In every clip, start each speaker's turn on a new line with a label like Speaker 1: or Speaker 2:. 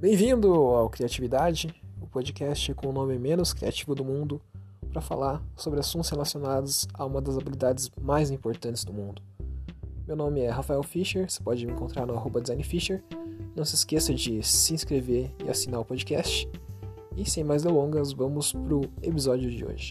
Speaker 1: Bem-vindo ao Criatividade, o podcast com o nome menos criativo do mundo, para falar sobre assuntos relacionados a uma das habilidades mais importantes do mundo. Meu nome é Rafael Fischer, você pode me encontrar no @designfischer. Não se esqueça de se inscrever e assinar o podcast. E sem mais delongas, vamos para o episódio de hoje.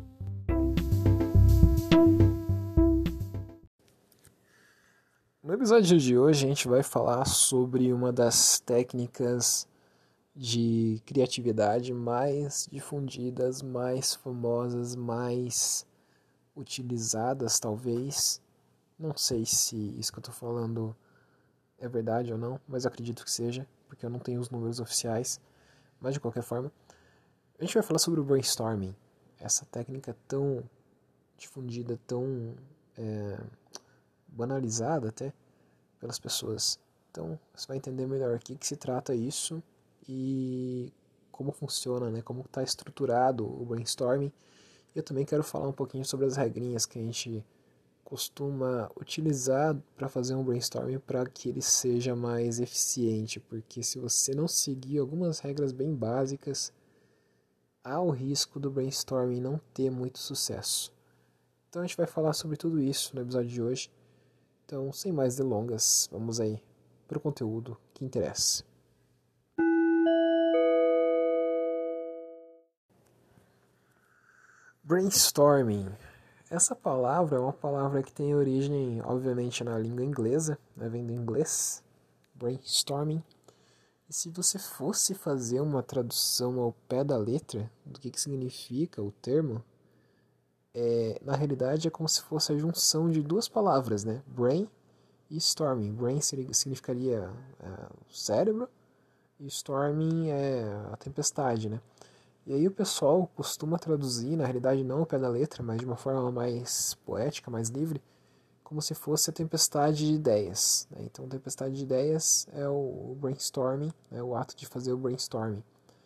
Speaker 1: No episódio de hoje a gente vai falar sobre uma das técnicas de criatividade mais difundidas, mais famosas, mais utilizadas talvez. Não sei se isso que eu estou falando é verdade ou não, mas acredito que seja, porque eu não tenho os números oficiais. Mas de qualquer forma, a gente vai falar sobre o brainstorming, essa técnica tão difundida, tão banalizada até pelas pessoas. Então você vai entender melhor o que se trata isso e como funciona, né? Como está estruturado o brainstorming. E eu também quero falar um pouquinho sobre as regrinhas que a gente costuma utilizar para fazer um brainstorming para que ele seja mais eficiente, porque se você não seguir algumas regras bem básicas, há o risco do brainstorming não ter muito sucesso. Então a gente vai falar sobre tudo isso no episódio de hoje. Então, sem mais delongas, vamos aí para o conteúdo que interessa. Brainstorming. Essa palavra é uma palavra que tem origem, obviamente, na língua inglesa, né, vem do inglês, brainstorming. E se você fosse fazer uma tradução ao pé da letra do que significa o termo, na realidade é como se fosse a junção de duas palavras, né? Brain e storming. Brain significaria o cérebro e storming é a tempestade, né? E aí o pessoal costuma traduzir, na realidade não ao pé da letra, mas de uma forma mais poética, mais livre, como se fosse a tempestade de ideias, né? Então, tempestade de ideias é o brainstorming, é o ato de fazer o brainstorming.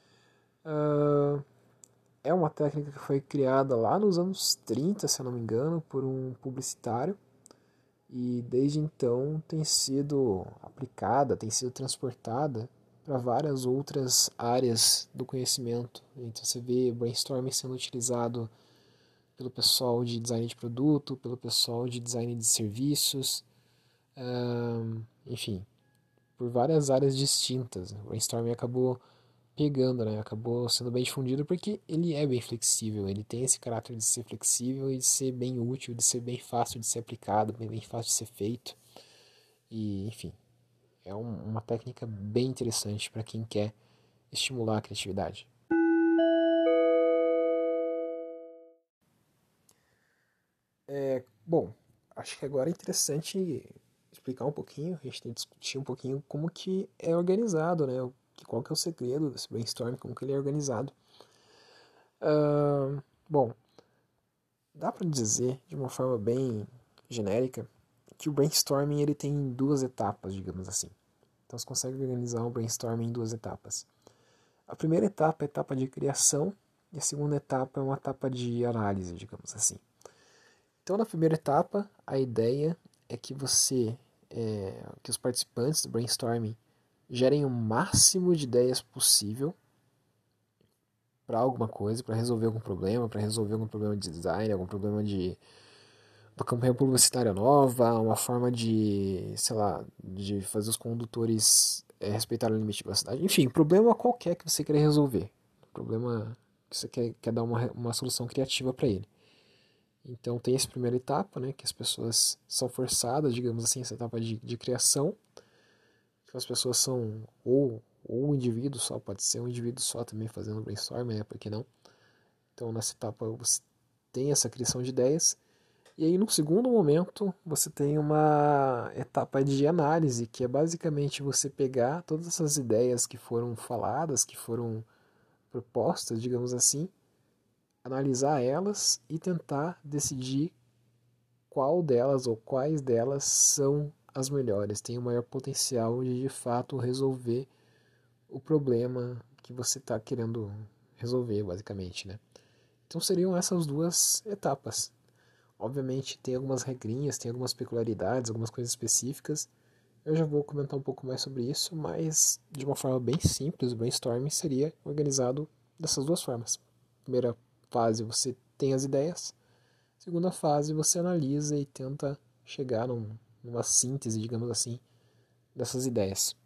Speaker 1: É uma técnica que foi criada lá nos anos 30, se eu não me engano, por um publicitário, e desde então tem sido aplicada, tem sido transportada para várias outras áreas do conhecimento. Então você vê brainstorming sendo utilizado pelo pessoal de design de produto, pelo pessoal de design de serviços, enfim, por várias áreas distintas. O brainstorming acabou pegando, né? Acabou sendo bem difundido porque ele é bem flexível, ele tem esse caráter de ser flexível e de ser bem útil, de ser bem fácil de ser aplicado, bem fácil de ser feito. E, enfim, é uma técnica bem interessante para quem quer estimular a criatividade. Bom, acho que agora é interessante explicar um pouquinho, a gente tem que discutir um pouquinho como que é organizado, né? Qual que é o segredo desse brainstorming, como que ele é organizado. Bom, dá para dizer de uma forma bem genérica que o brainstorming ele tem duas etapas, digamos assim. Então você consegue organizar um brainstorming em duas etapas. A primeira etapa é a etapa de criação e a segunda etapa é uma etapa de análise, digamos assim. Então, na primeira etapa, a ideia é que que os participantes do brainstorming gerem o máximo de ideias possível para alguma coisa, para resolver algum problema de design, algum problema de uma campanha publicitária nova, uma forma de, sei lá, de fazer os condutores respeitarem o limite de velocidade. Enfim, problema qualquer que você queira resolver. Problema que você quer dar uma solução criativa para ele. Então tem essa primeira etapa, né, que as pessoas são forçadas, digamos assim, essa etapa de criação, que as pessoas são ou um indivíduo só, pode ser um indivíduo só também fazendo brainstorming, né, por que não? Então nessa etapa você tem essa criação de ideias, e aí no segundo momento você tem uma etapa de análise, que é basicamente você pegar todas essas ideias que foram faladas, que foram propostas, digamos assim, analisar elas e tentar decidir qual delas ou quais delas são as melhores, tem o maior potencial de fato resolver o problema que você está querendo resolver, basicamente, né? Então seriam essas duas etapas. Obviamente tem algumas regrinhas, tem algumas peculiaridades, algumas coisas específicas. Eu já vou comentar um pouco mais sobre isso, mas de uma forma bem simples, o brainstorming seria organizado dessas duas formas. Primeira fase, você tem as ideias. Segunda fase, você analisa e tenta chegar numa síntese, digamos assim, dessas ideias.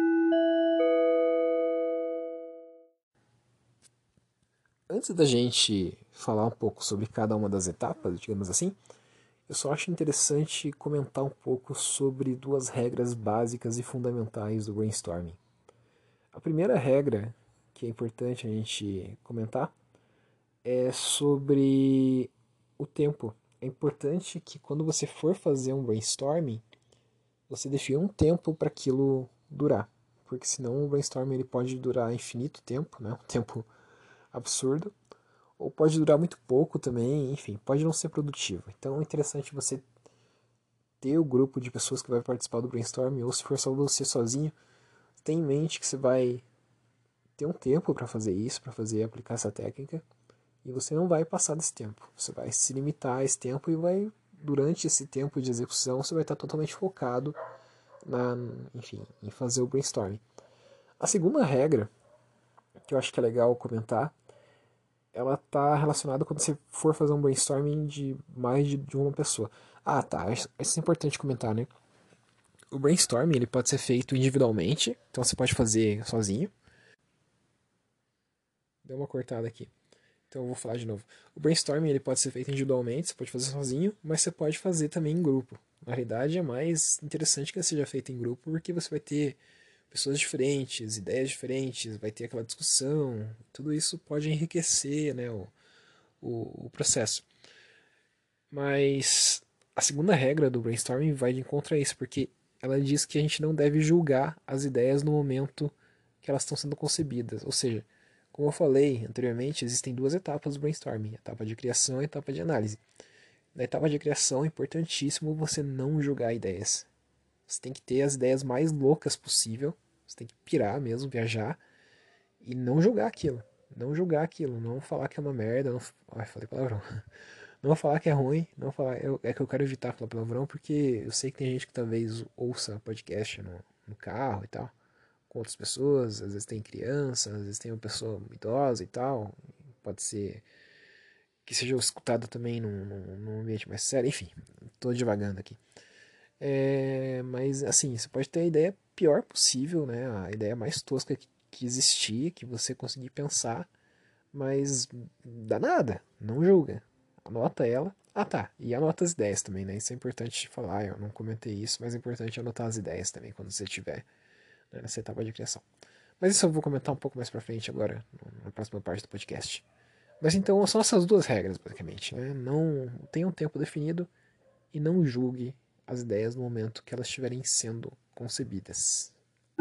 Speaker 1: Antes da gente falar um pouco sobre cada uma das etapas, digamos assim, eu só acho interessante comentar um pouco sobre duas regras básicas e fundamentais do brainstorming. A primeira regra, que é importante a gente comentar, é sobre o tempo. É importante que quando você for fazer um brainstorming, você defina um tempo para aquilo durar. Porque senão o brainstorming ele pode durar infinito tempo, né? Um tempo absurdo. Ou pode durar muito pouco também, enfim, pode não ser produtivo. Então é interessante você ter o grupo de pessoas que vai participar do brainstorming, ou se for só você sozinho, tenha em mente que você vai ter um tempo para fazer isso, para fazer aplicar essa técnica, e você não vai passar desse tempo. Você vai se limitar a esse tempo e vai, durante esse tempo de execução, você vai estar totalmente focado enfim, em fazer o brainstorming. A segunda regra, que eu acho que é legal comentar, ela está relacionada quando você for fazer um brainstorming de mais de uma pessoa. Ah, tá, isso é importante comentar, né? O brainstorming ele pode ser feito individualmente, então você pode fazer sozinho. Deu uma cortada aqui. Então eu vou falar de novo. O brainstorming ele pode ser feito individualmente, você pode fazer sozinho, mas você pode fazer também em grupo. Na realidade é mais interessante que ele seja feito em grupo, porque você vai ter pessoas diferentes, ideias diferentes, vai ter aquela discussão. Tudo isso pode enriquecer, né, o processo. Mas a segunda regra do brainstorming vai de encontro a isso, porque ela diz que a gente não deve julgar as ideias no momento que elas estão sendo concebidas. Ou seja, como eu falei anteriormente, existem duas etapas do brainstorming, a etapa de criação e a etapa de análise. Na etapa de criação é importantíssimo você não julgar ideias. Você tem que ter as ideias mais loucas possível, você tem que pirar mesmo, viajar, e não julgar aquilo. Não julgar aquilo, não falar que é uma merda, não... Ai, falei palavrão. Não vou falar que é ruim, não vou falar. É que eu quero evitar falar palavrão, porque eu sei que tem gente que talvez ouça podcast no carro e tal, com outras pessoas, às vezes tem criança, às vezes tem uma pessoa idosa e tal. Pode ser que seja escutado também num ambiente mais sério, enfim, tô divagando aqui. Mas assim, você pode ter a ideia pior possível, né? A ideia mais tosca que existir, que você conseguir pensar, mas dá nada, não julga. Anota ela. Ah, tá. E anota as ideias também, né? Isso é importante falar. Eu não comentei isso, mas é importante anotar as ideias também quando você estiver, né, nessa etapa de criação. Mas isso eu vou comentar um pouco mais pra frente agora, na próxima parte do podcast. Mas então são essas duas regras, basicamente, né? Não tenha um tempo definido e não julgue as ideias no momento que elas estiverem sendo concebidas.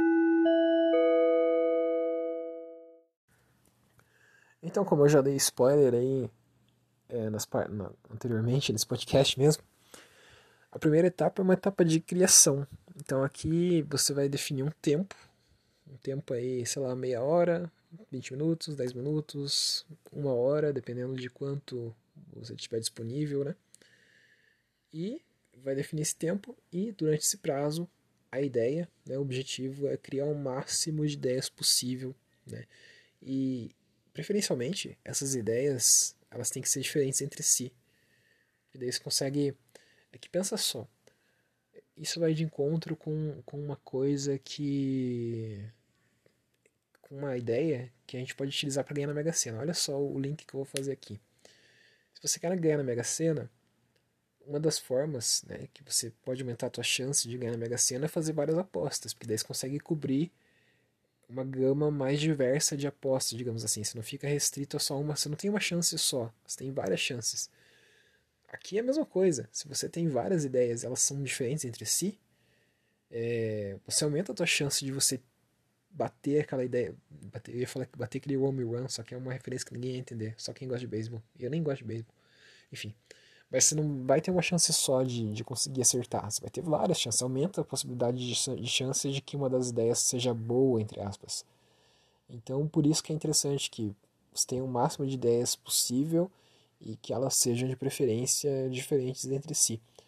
Speaker 1: Então, como eu já dei spoiler aí anteriormente, nesse podcast mesmo, a primeira etapa é uma etapa de criação. Então aqui você vai definir um tempo aí, sei lá, meia hora, 20 minutos, 10 minutos, uma hora, dependendo de quanto você tiver disponível, né? E vai definir esse tempo e durante esse prazo a ideia, né, o objetivo é criar o máximo de ideias possível, né? E preferencialmente essas ideias elas têm que ser diferentes entre si. E daí você consegue, é que pensa só, isso vai de encontro com uma coisa que. Com uma ideia que a gente pode utilizar para ganhar na Mega Sena. Olha só o link que eu vou fazer aqui. Se você quer ganhar na Mega Sena, uma das formas, né, que você pode aumentar a sua chance de ganhar na Mega Sena é fazer várias apostas, porque daí você consegue cobrir uma gama mais diversa de apostas, digamos assim. Você não fica restrito a só uma, você não tem uma chance só, você tem várias chances. Aqui é a mesma coisa. Se você tem várias ideias, elas são diferentes entre si, você aumenta a sua chance de você bater aquela ideia. Eu ia falar que bater aquele home run, só que é uma referência que ninguém ia entender. Só quem gosta de beisebol. Eu nem gosto de beisebol. Enfim. Mas você não vai ter uma chance só de conseguir acertar. Você vai ter várias chances. Aumenta a possibilidade de chance de que uma das ideias seja boa, entre aspas. Então, por isso que é interessante que você tenha o máximo de ideias possível e que elas sejam de preferência diferentes entre si.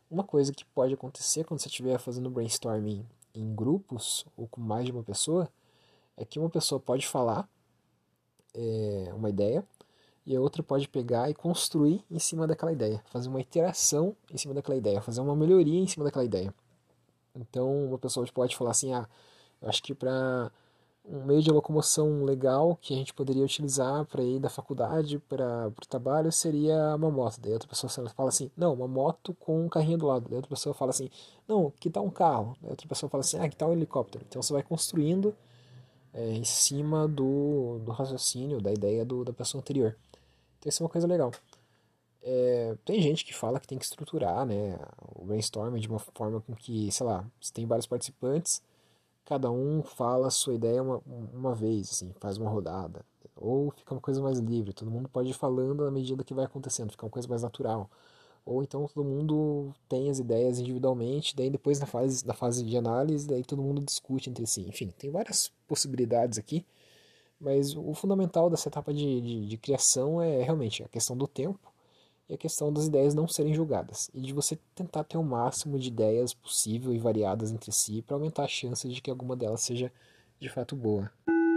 Speaker 1: Uma coisa que pode acontecer quando você estiver fazendo brainstorming em grupos ou com mais de uma pessoa é que uma pessoa pode falar uma ideia e a outra pode pegar e construir em cima daquela ideia, fazer uma iteração em cima daquela ideia, fazer uma melhoria em cima daquela ideia. Então, uma pessoa pode falar assim: ah, eu acho que para um meio de locomoção legal que a gente poderia utilizar para ir da faculdade para o trabalho seria uma moto. Daí outra pessoa fala assim: não, uma moto com um carrinho do lado. Daí outra pessoa fala assim: não, que tal um carro? Daí outra pessoa fala assim: ah, que tal um helicóptero? Então você vai construindo em cima do raciocínio, da ideia da pessoa anterior. Então isso é uma coisa legal. Tem gente que fala que tem que estruturar, né, o brainstorming de uma forma com que, sei lá, se tem vários participantes, cada um fala a sua ideia uma vez, assim, faz uma rodada. Ou fica uma coisa mais livre, todo mundo pode ir falando à medida que vai acontecendo, fica uma coisa mais natural. Ou então todo mundo tem as ideias individualmente, daí depois na fase de análise, daí todo mundo discute entre si. Enfim, tem várias possibilidades aqui, mas o fundamental dessa etapa de criação é realmente a questão do tempo e a questão das ideias não serem julgadas, e de você tentar ter o máximo de ideias possível e variadas entre si para aumentar a chance de que alguma delas seja de fato boa.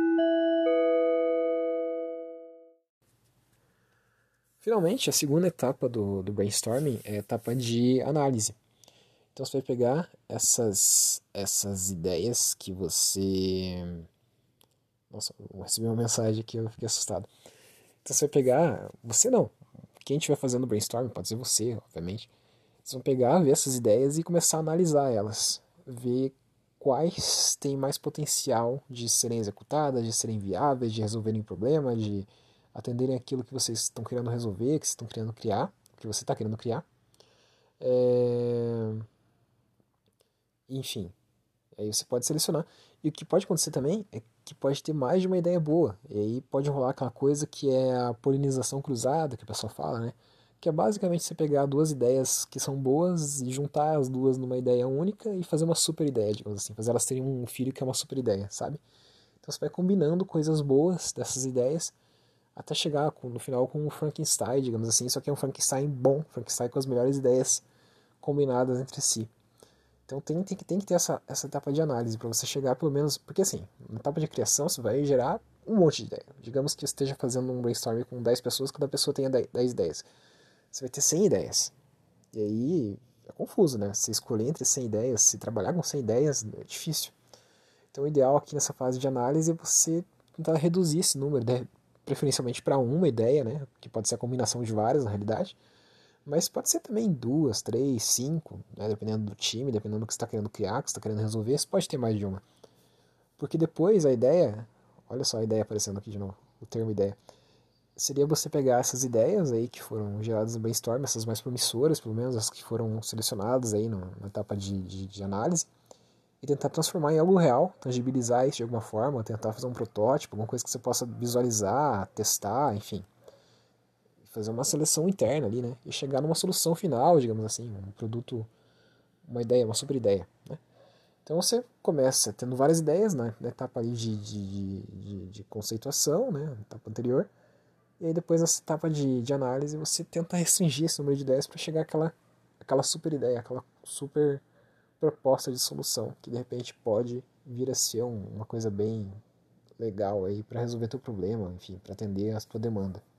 Speaker 1: Finalmente, a segunda etapa do brainstorming é a etapa de análise. Então você vai pegar essas ideias que você. Nossa, eu recebi uma mensagem aqui, eu fiquei assustado. Então você vai pegar. Você não. Quem estiver fazendo brainstorming, pode ser você, obviamente. Vocês vão pegar, ver essas ideias e começar a analisar elas. Ver quais têm mais potencial de serem executadas, de serem viáveis, de resolverem problema, de atenderem aquilo que vocês estão querendo resolver, que vocês estão querendo criar, que você está querendo criar. Enfim, aí você pode selecionar. E o que pode acontecer também é que pode ter mais de uma ideia boa. E aí pode rolar aquela coisa que é a polinização cruzada, que a pessoa fala, né? Que é basicamente você pegar duas ideias que são boas e juntar as duas numa ideia única e fazer uma super ideia, digamos assim. Fazer elas terem um filho que é uma super ideia, sabe? Então você vai combinando coisas boas dessas ideias até chegar no final com um Frankenstein, digamos assim. Só que é um Frankenstein bom, Frankenstein com as melhores ideias combinadas entre si. Então tem que ter essa etapa de análise para você chegar pelo menos. Porque assim, na etapa de criação você vai gerar um monte de ideia. Digamos que você esteja fazendo um brainstorming com 10 pessoas, cada pessoa tenha 10 ideias. Você vai ter 100 ideias. E aí é confuso, né? Você escolher entre 100 ideias, se trabalhar com 100 ideias é difícil. Então o ideal aqui nessa fase de análise é você tentar reduzir esse número, né? Preferencialmente para uma ideia, né? Que pode ser a combinação de várias na realidade. Mas pode ser também duas, três, cinco, né? Dependendo do time, dependendo do que você está querendo criar, que você está querendo resolver, você pode ter mais de uma. Porque depois a ideia, olha só a ideia aparecendo aqui de novo, o termo ideia, seria você pegar essas ideias aí que foram geradas no brainstorm, essas mais promissoras, pelo menos as que foram selecionadas aí na etapa de análise, e tentar transformar em algo real, tangibilizar isso de alguma forma, tentar fazer um protótipo, alguma coisa que você possa visualizar, testar, enfim. Fazer uma seleção interna ali, né? E chegar numa solução final, digamos assim, um produto, uma ideia, uma super ideia, né? Então você começa tendo várias ideias, né? Na etapa ali de conceituação, né? Na etapa anterior. E aí depois nessa etapa de análise você tenta restringir esse número de ideias para chegar àquela super ideia, aquela super proposta de solução, que de repente pode vir a ser uma coisa bem legal aí para resolver teu problema, enfim, para atender a tua demanda.